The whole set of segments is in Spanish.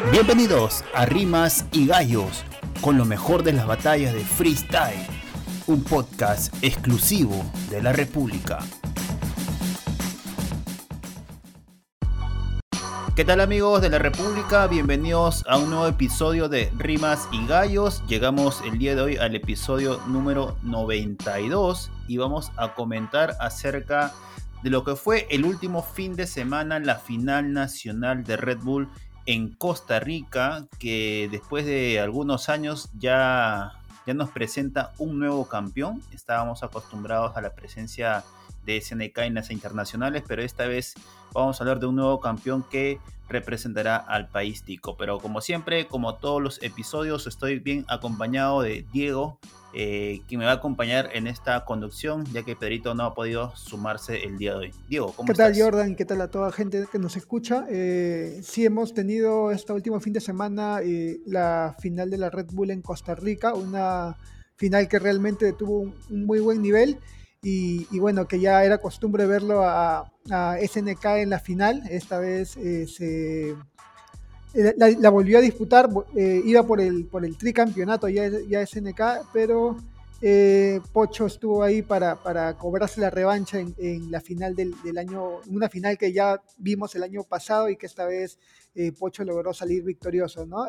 Bienvenidos a Rimas y Gallos, con lo mejor de las batallas de freestyle, un podcast exclusivo de la República. ¿Qué tal amigos de la República? Bienvenidos a un nuevo episodio de Rimas y Gallos. Llegamos el día de hoy al episodio número 92 y vamos a comentar acerca de lo que fue el último fin de semana, la final nacional de Red Bull en Costa Rica, que después de algunos años ya nos presenta un nuevo campeón. Estábamos acostumbrados a la presencia de SNK en las internacionales, pero esta vez vamos a hablar de un nuevo campeón que representará al país tico. Pero como siempre, como todos los episodios, estoy bien acompañado de Diego, quien me va a acompañar en esta conducción, ya que Pedrito no ha podido sumarse el día de hoy. Diego, ¿cómo estás? ¿Qué tal, Jordan? ¿Qué tal a toda gente que nos escucha? Sí, hemos tenido este último fin de semana la final de la Red Bull en Costa Rica, una final que realmente tuvo un muy buen nivel y bueno, que ya era costumbre verlo a SNK en la final. Esta vez la volvió a disputar, iba por el tricampeonato ya SNK, pero Pocho estuvo ahí para cobrarse la revancha en la final del año, una final que ya vimos el año pasado y que esta vez Pocho logró salir victorioso, ¿no?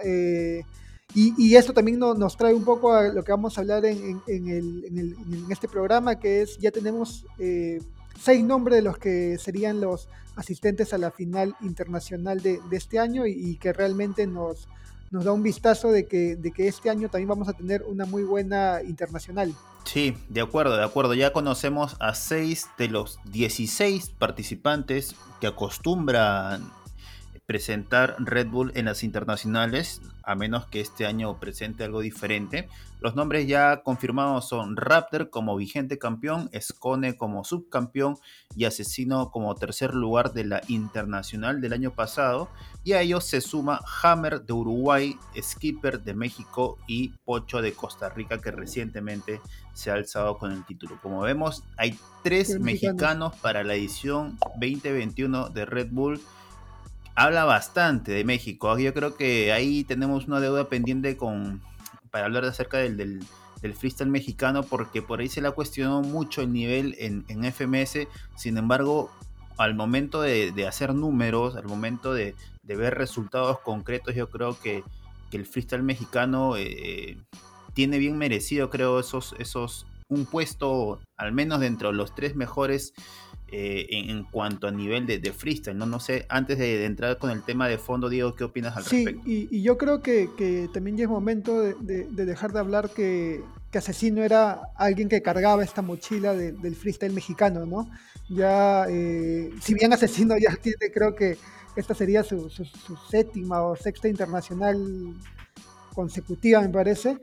Y esto también nos trae un poco a lo que vamos a hablar en este programa, que es, ya tenemos 6 nombres de los que serían los asistentes a la final internacional de este año y que realmente nos da un vistazo de que este año también vamos a tener una muy buena internacional. Sí, de acuerdo. Ya conocemos a 6 de los 16 participantes que acostumbran presentar Red Bull en las internacionales, a menos que este año presente algo diferente. Los nombres ya confirmados son Raptor como vigente campeón, Skone como subcampeón y Asesino como tercer lugar de la internacional del año pasado, y a ellos se suma Hammer de Uruguay, Skipper de México y Pocho de Costa Rica, que recientemente se ha alzado con el título. Como vemos, hay 3 mexicanos para la edición 2021 de Red Bull. Habla bastante de México. Yo creo que ahí tenemos una deuda pendiente para hablar acerca del freestyle mexicano, porque por ahí se le ha cuestionado mucho el nivel en FMS. Sin embargo, al momento de hacer números, al momento de ver resultados concretos, yo creo que el freestyle mexicano tiene bien merecido, creo, un puesto al menos dentro de los 3 mejores en cuanto a nivel de freestyle, ¿no? No sé, antes de entrar con el tema de fondo, Diego, ¿qué opinas al respecto? Sí, y yo creo que también ya es momento de dejar de hablar que Asesino era alguien que cargaba esta mochila del freestyle mexicano, ¿no? Ya, si bien Asesino ya tiene, creo que esta sería su 7ª o 6ª internacional consecutiva, me parece.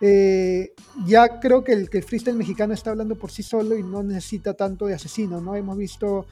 Ya creo que el freestyle mexicano está hablando por sí solo y no necesita tanto de Asesino, ¿no? Hemos visto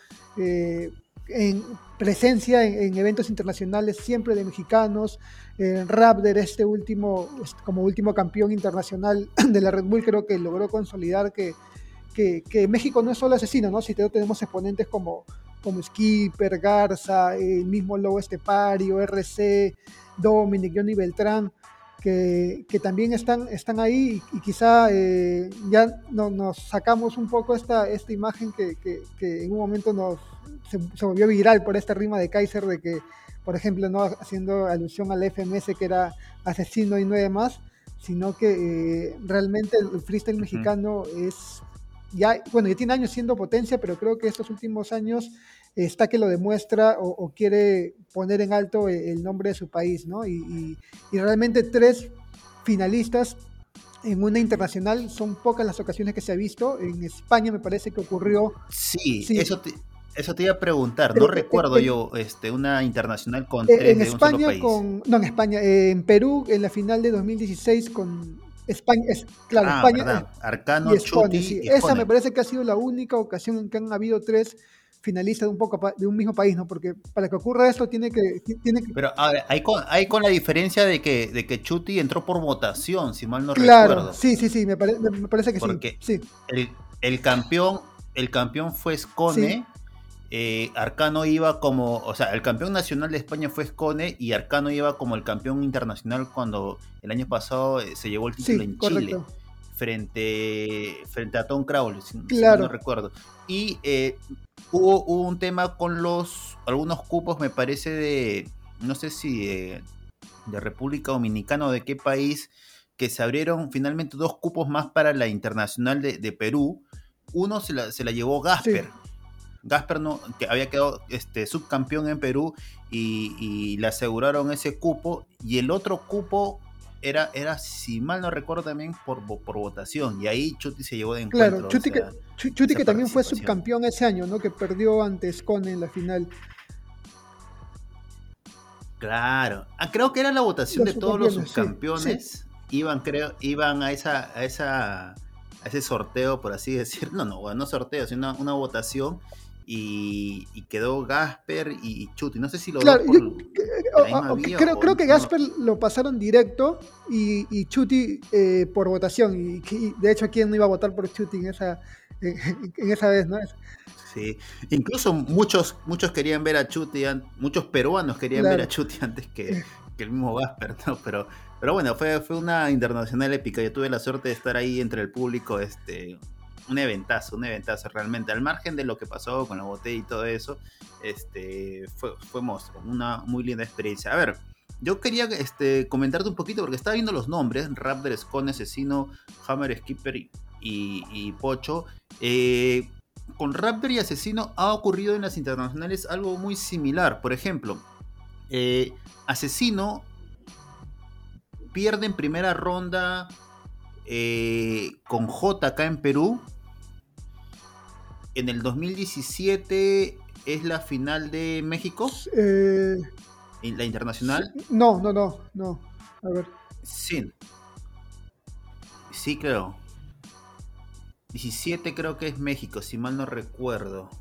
en presencia en eventos internacionales siempre de mexicanos. Raptor, como último campeón internacional de la Red Bull, creo que logró consolidar que México no es solo Asesino, ¿no? Si tenemos exponentes como Skipper, Garza, el mismo Lobo Estepario, RC, Dominic, Johnny Beltrán, que también están ahí y quizá ya nos sacamos un poco esta imagen que en un momento se volvió viral por esta rima de Kaiser de que, por ejemplo, no haciendo alusión al FMS que era Asesino y 9 más, sino que realmente el freestyle mexicano es ya tiene años siendo potencia, pero creo que estos últimos años está que lo demuestra o quiere poner en alto el nombre de su país, ¿no? Y realmente 3 finalistas en una internacional son pocas las ocasiones que se ha visto. En España me parece que ocurrió. Sí. Eso te iba a preguntar. No recuerdo yo una internacional con 3 en de España un solo país. en España, en Perú, en la final de 2016 con España, España, ¿verdad? Arcano, y Skone, Chuti sí. y Esa Skone. me parece que ha sido la única ocasión en que han habido 3 finalistas de un mismo país, ¿no? Porque para que ocurra esto tiene que... Pero ahora, hay con la diferencia de que Chuti entró por votación, si mal no Claro, recuerdo. sí, me parece que Porque sí. el campeón fue Sí. Skone, Arcano iba como, o sea, el campeón nacional de España fue Scone y Arcano iba como el campeón internacional cuando el año pasado se llevó el título Sí, en Chile correcto. frente a Tom Crowley, si mal no Claro. recuerdo. Y hubo un tema con algunos cupos, me parece, no sé si de República Dominicana o de qué país, que se abrieron finalmente dos cupos más para la internacional de Perú. Uno se la llevó Sí. Gasper. Gasper no, que había quedado subcampeón en Perú y le aseguraron ese cupo. Y el otro cupo era si mal no recuerdo, también por votación. Y ahí Chuti se llevó de Claro, encuentro Chuti que, Chuti esa que también fue participación. subcampeón ese año, ¿no? Que perdió ante Scone en la final. Claro. Creo que era la votación Los de todos los subcampeones, sí, sí. subcampeones. Iban a ese sorteo, por así decirlo. No sorteo, sino una votación. Y quedó Gasper y Chuti. No sé si los dos Claro, de la misma vía o creo que no. Gasper lo pasaron directo y Chuti por votación. Y de hecho, ¿quién no iba a votar por Chuti en esa vez, ¿no? Sí, incluso muchos querían ver a Chuti, muchos peruanos querían ver a Claro. Chuti antes que el mismo Gasper, ¿no? Pero bueno, fue una internacional épica. Yo tuve la suerte de estar ahí entre el público, un eventazo realmente. Al margen de lo que pasó con la botella y todo eso, fue monstruo, una muy linda experiencia. A ver, yo quería comentarte un poquito porque estaba viendo los nombres: Raptor, Scone, Asesino, Hammer, Skipper y Pocho. Con Raptor y Asesino ha ocurrido en las internacionales algo muy similar. Por ejemplo, Asesino pierde en primera ronda con J acá en Perú. En el 2017 es la final de México, Eh, en la internacional. no, no, no, no. A ver. Sí, sí creo. 17 creo que es México, si mal no recuerdo.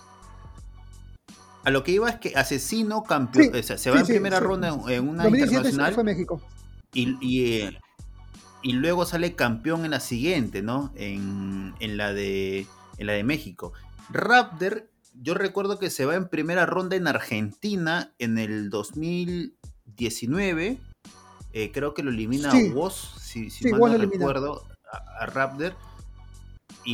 A lo que iba es que Asesino campeón, Sí, o sea, se va sí, en sí, primera sí. ronda en una 2017 internacional fue México. y, y, y luego sale campeón en la siguiente, ¿no? En la de México. Raptor, yo recuerdo que se va en primera ronda en Argentina en el 2019. Creo que lo elimina Sí, Woz, si sí, mal igual no lo elimina. recuerdo, a Raptor. Y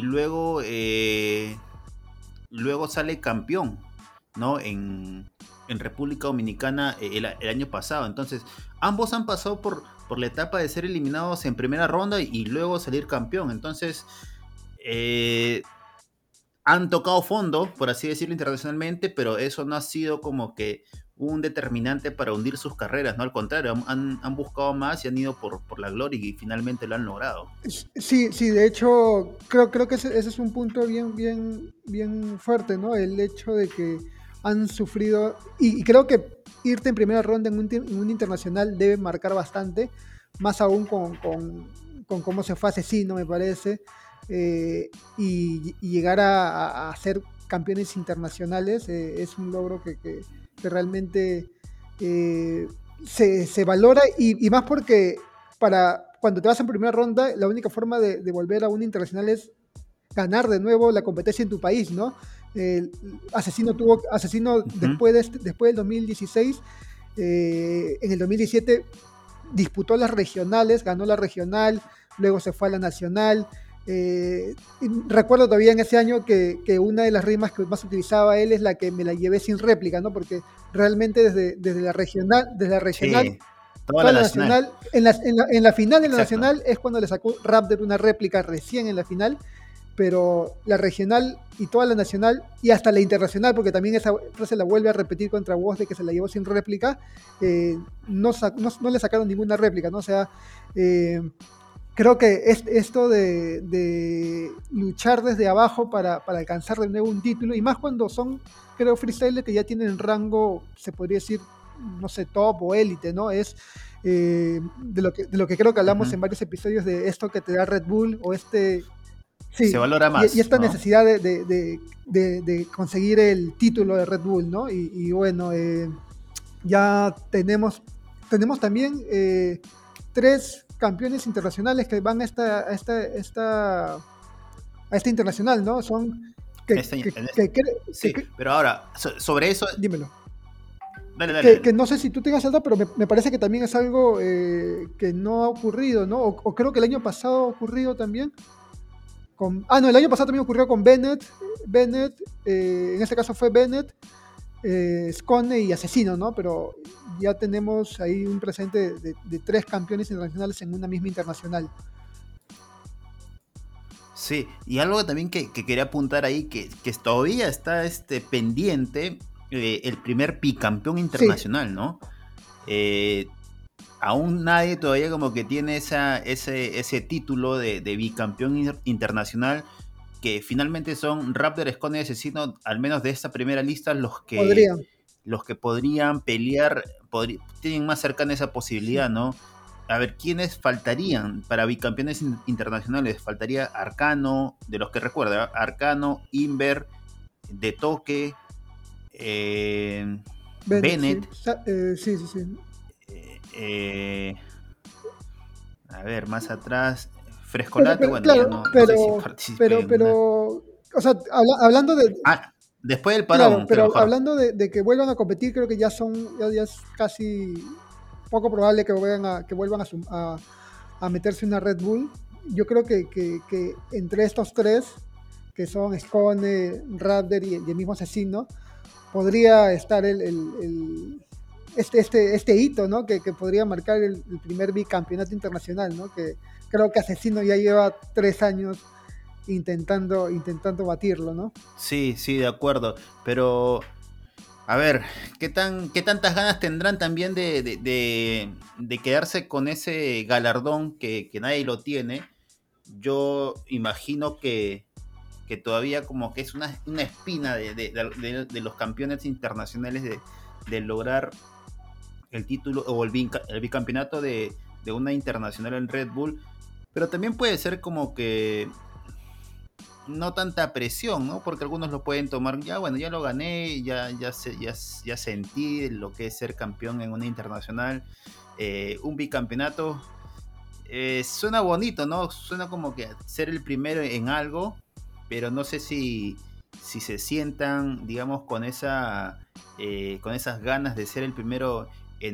luego sale campeón, ¿no? En República Dominicana el año pasado. Entonces, ambos han pasado por la etapa de ser eliminados en primera ronda y luego salir campeón. Entonces, eh, han tocado fondo, por así decirlo, internacionalmente, pero eso no ha sido como que un determinante para hundir sus carreras, ¿no? Al contrario, han buscado más y han ido por la gloria y finalmente lo han logrado. Sí, sí, de hecho, creo que ese es un punto bien fuerte, ¿no? El hecho de que han sufrido, y creo que irte en primera ronda en un internacional debe marcar bastante, más aún con cómo se fue Asesino, me parece, y llegar a ser campeones internacionales es un logro que realmente eh, se valora y más porque para cuando te vas en primera ronda, la única forma de volver a un internacional es ganar de nuevo la competencia en tu país, ¿no? Asesino Ujú. después del 2016, en el 2017 disputó las regionales, ganó la regional, luego se fue a la nacional. Recuerdo todavía en ese año que una de las rimas que más utilizaba él es la que me la llevé sin réplica, ¿no? Porque realmente desde la regional Sí, toda toda la la nacional, nacional, en la final de la exacto. nacional es cuando le sacó Raptor una réplica recién en la final, pero la regional y toda la nacional y hasta la internacional, porque también esa frase la vuelve a repetir contra Woz de que se la llevó sin réplica, no le sacaron ninguna réplica, ¿no? O sea, eh, creo que esto de luchar desde abajo para alcanzar de nuevo un título, y más cuando son, creo, freestylers que ya tienen rango, se podría decir, no sé, top o élite, ¿no? Es de lo que creo que hablamos Ujú. en varios episodios de esto que te da Red Bull o Se sí, valora y más, esta ¿no? necesidad de conseguir el título de Red Bull, ¿no? Y bueno, ya tenemos también tres campeones internacionales que van a esta internacional, ¿no? Son Que, Este año- que, en este- que, que, que- sí, que- pero ahora, sobre eso, dímelo. dale, dale, dale. Que no sé si tú tengas algo, pero me parece que también es algo que no ha ocurrido, ¿no? O creo que el año pasado ha ocurrido también. No, el año pasado también ocurrió con Bennett. Bennett, en este caso fue Bennett, Scone y Asesino, ¿no? Pero ya tenemos ahí un presente de 3 campeones internacionales en una misma internacional. Sí, y algo también que quería apuntar ahí, que todavía está pendiente, el primer bicampeón Sí, internacional, ¿no? Eh, Aún nadie todavía como que tiene ese título de bicampeón internacional, que finalmente son Raptor, Esconde y Asesino, al menos de esta primera lista, podrían. los que podrían pelear, tienen más cercana esa Sí. posibilidad, ¿no? A ver, ¿quiénes faltarían para bicampeones internacionales? Faltaría Arcano, de los que recuerda, Arcano, Inver, De Toque, Bennett, sí. Bennett, Sí, sí, sí. eh, eh, a ver, más atrás, Frescolate, Pero, bueno, ya claro, no sé si participe en una. o sea, hablando de, Ah, después del claro, parón, creo, pero Jorge. hablando de que vuelvan a competir, creo que ya es casi poco probable que vuelvan a meterse una Red Bull. Yo creo que entre estos tres, que son Scone, Raptor y el mismo Asesino, podría estar este hito, ¿no? Que podría marcar el primer bicampeonato internacional, ¿no? Que creo que Asesino ya lleva 3 años intentando batirlo, ¿no? Sí, sí, de acuerdo. Pero, a ver, qué tantas ganas tendrán también de quedarse con ese galardón que nadie lo tiene? Yo imagino que todavía como que es una espina de los campeones internacionales de lograr el título o el bicampeonato de una internacional en Red Bull, pero también puede ser como que no tanta presión, ¿no? Porque algunos lo pueden tomar, ya bueno, ya lo gané, ya sentí lo que es ser campeón en una internacional, un bicampeonato, suena bonito, ¿no? Suena como que ser el primero en algo, pero no sé si se sientan, digamos, con esas ganas de ser el primero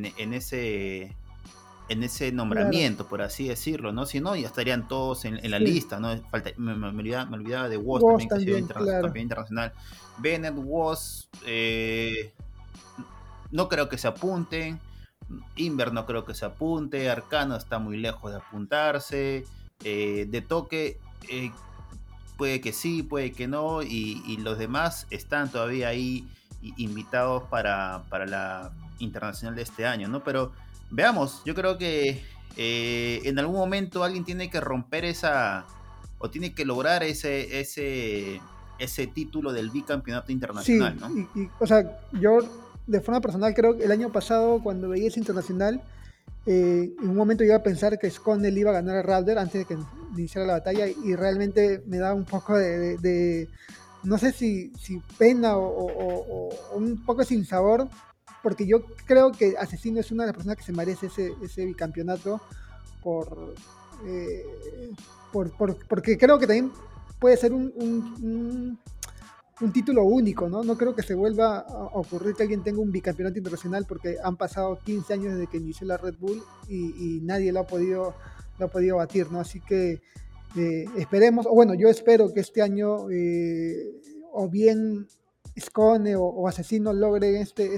en ese Claro, nombramiento, por así decirlo, ¿no? Si no, ya estarían todos en la sí. lista, ¿no? Me olvidaba de Woz Vos también, que ha sido también, claro. campeón internacional. Bennett, Woz, no creo que se apunten. Inver no creo que se apunte. Arcano está muy lejos de apuntarse. De toque, puede que sí, puede que no. Y los demás están todavía ahí invitados para la internacional de este año, ¿no? Pero veamos, yo creo que en algún momento alguien tiene que romper o tiene que lograr ese título del bicampeonato internacional, Sí, ¿no? o sea, yo de forma personal creo que el año pasado cuando veía ese internacional, en un momento iba a pensar que Sconnell iba a ganar a Raptor antes de que iniciara la batalla y realmente me da un poco no sé si pena o un poco sin sabor, porque yo creo que Asesino es una de las personas que se merece ese bicampeonato por, eh, porque creo que también puede ser un título único, ¿no? No creo que se vuelva a ocurrir que alguien tenga un bicampeonato internacional porque han pasado 15 años desde que inició la Red Bull y nadie lo ha podido batir, ¿no? Así que esperemos, o bueno, yo espero que este año o bien Scone o Asesino logren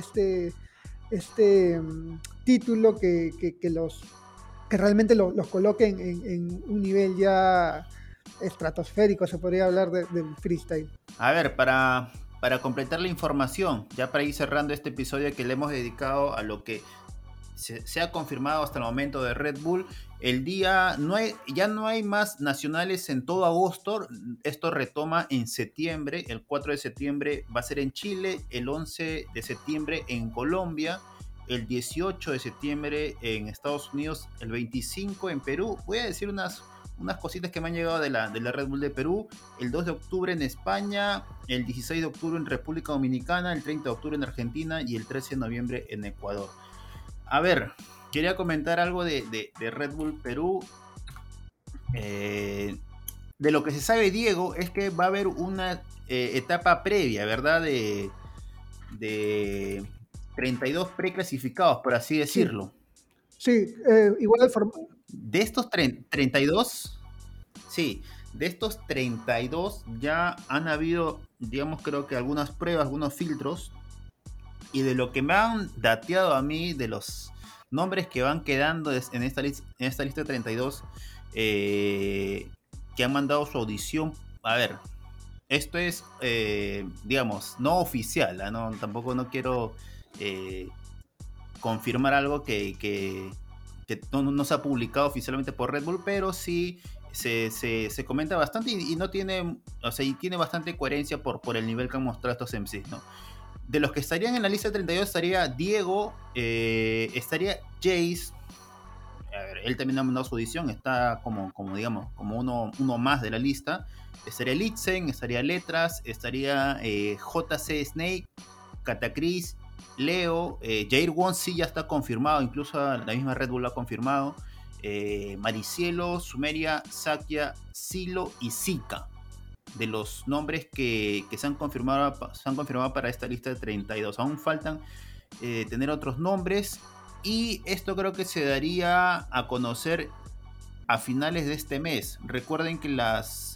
título que realmente los coloquen en un nivel ya estratosférico, se podría hablar del freestyle. A ver, para completar la información, ya para ir cerrando este episodio que le hemos dedicado a lo que se ha confirmado hasta el momento de Red Bull, ya no hay más nacionales en todo agosto, esto retoma en septiembre, el 4 de septiembre va a ser en Chile, el 11 de septiembre en Colombia, el 18 de septiembre en Estados Unidos, el 25 en Perú. Voy a decir unas cositas que me han llegado de la Red Bull de Perú. El 2 de octubre en España, el 16 de octubre en República Dominicana, el 30 de octubre en Argentina y el 13 de noviembre en Ecuador. A ver, quería comentar algo de Red Bull Perú. Eh, de lo que se sabe, Diego, es que va a haber una etapa previa, ¿verdad? De 32 preclasificados, por así decirlo. Sí, igual el formato. De estos 32, sí, de estos 32 ya han habido, digamos, creo que algunas pruebas, algunos filtros, y de lo que me han dateado a mí, de los nombres que van quedando en esta lista de 32, que han mandado su audición. A ver, esto es, digamos, no oficial, ¿eh? No, tampoco no quiero confirmar algo que no se ha publicado oficialmente por Red Bull, pero sí se comenta bastante y no tiene, o sea, y tiene bastante coherencia por el nivel que han mostrado estos MCs, ¿no? De los que estarían en la lista 32 estaría Diego, estaría Jace. A ver, él también ha mandado su audición, está como digamos, como uno más de la lista. Estaría Litzen, estaría Letras, estaría JC Snake, Catacris, Leo, Jair Won sí ya está confirmado, incluso la misma Red Bull lo ha confirmado. Maricielo, Sumeria, Sakia, Silo y Zika, de los nombres que se han confirmado para esta lista de 32. Aún faltan tener otros nombres, y esto creo que se daría a conocer a finales de este mes. Recuerden que las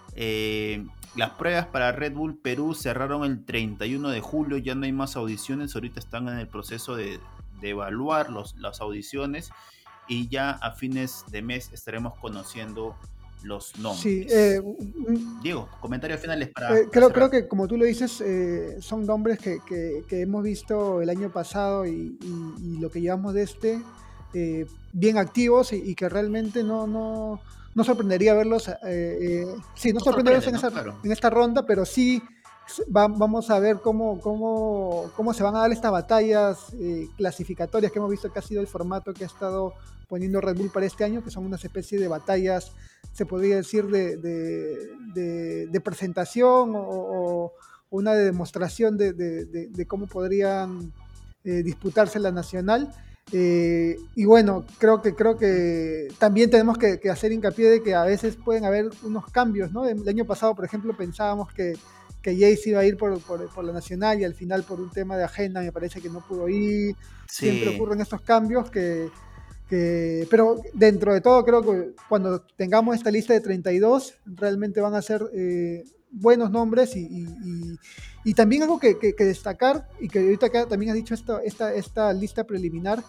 pruebas para Red Bull Perú cerraron el 31 de julio, ya no hay más audiciones, ahorita están en el proceso de evaluar las audiciones, y ya a fines de mes estaremos conociendo los nombres. Sí, Diego, comentarios finales para creo que como tú lo dices, son nombres que hemos visto el año pasado y lo que llevamos de bien activos, y que realmente no sorprendería verlos, sí, no sorprendería verlos en esta ronda, pero sí vamos a ver cómo se van a dar estas batallas clasificatorias que hemos visto, que ha sido el formato que ha estado poniendo Red Bull para este año, que son una especie de batallas, se podría decir, de presentación o una demostración de cómo podrían disputarse la nacional. Y bueno, creo que también tenemos que hacer hincapié de que a veces pueden haber unos cambios, ¿no? El año pasado, por ejemplo, pensábamos que Jace iba a ir por la nacional, y al final, por un tema de agenda, me parece que no pudo ir. Sí. Siempre ocurren estos cambios pero dentro de todo, creo que cuando tengamos esta lista de 32 realmente van a ser buenos nombres, y también algo que destacar, y que ahorita acá también has dicho, esta lista preliminar,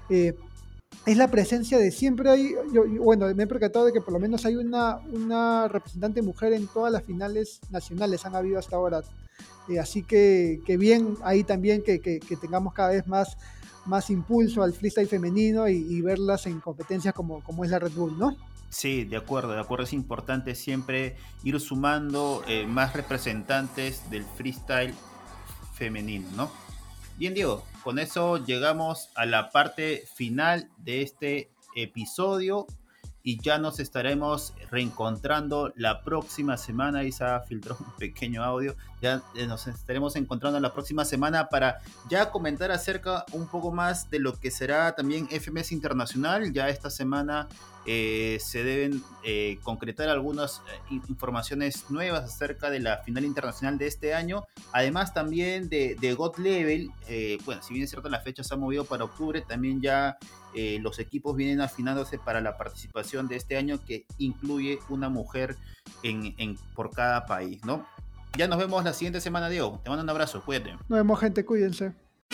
es la presencia de siempre hay, bueno, me he percatado de que por lo menos hay una representante mujer en todas las finales nacionales, han habido hasta ahora, así que bien ahí también que tengamos cada vez más impulso al freestyle femenino y verlas en competencias como es la Red Bull, ¿no? Sí, de acuerdo, es importante siempre ir sumando más representantes del freestyle femenino, ¿no? Bien, Diego, con eso llegamos a la parte final de este episodio, y ya nos estaremos reencontrando la próxima semana. Y se ha filtrado un pequeño audio. Ya nos estaremos encontrando la próxima semana para ya comentar acerca un poco más de lo que será también FMS Internacional. Ya esta semana se deben concretar algunas informaciones nuevas acerca de la final internacional de este año. Además también de God Level. Bueno, si bien es cierto, la fecha se ha movido para octubre, también ya los equipos vienen afinándose para la participación de este año, que incluye una mujer por cada país, ¿no? Ya nos vemos la siguiente semana, Diego. Te mando un abrazo, cuídate. Nos vemos, gente, cuídense.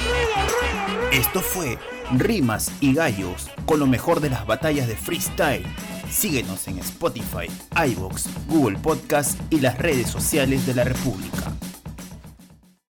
Esto fue Rimas y Gallos, con lo mejor de las batallas de freestyle. Síguenos en Spotify, iVoox, Google Podcast y las redes sociales de la República.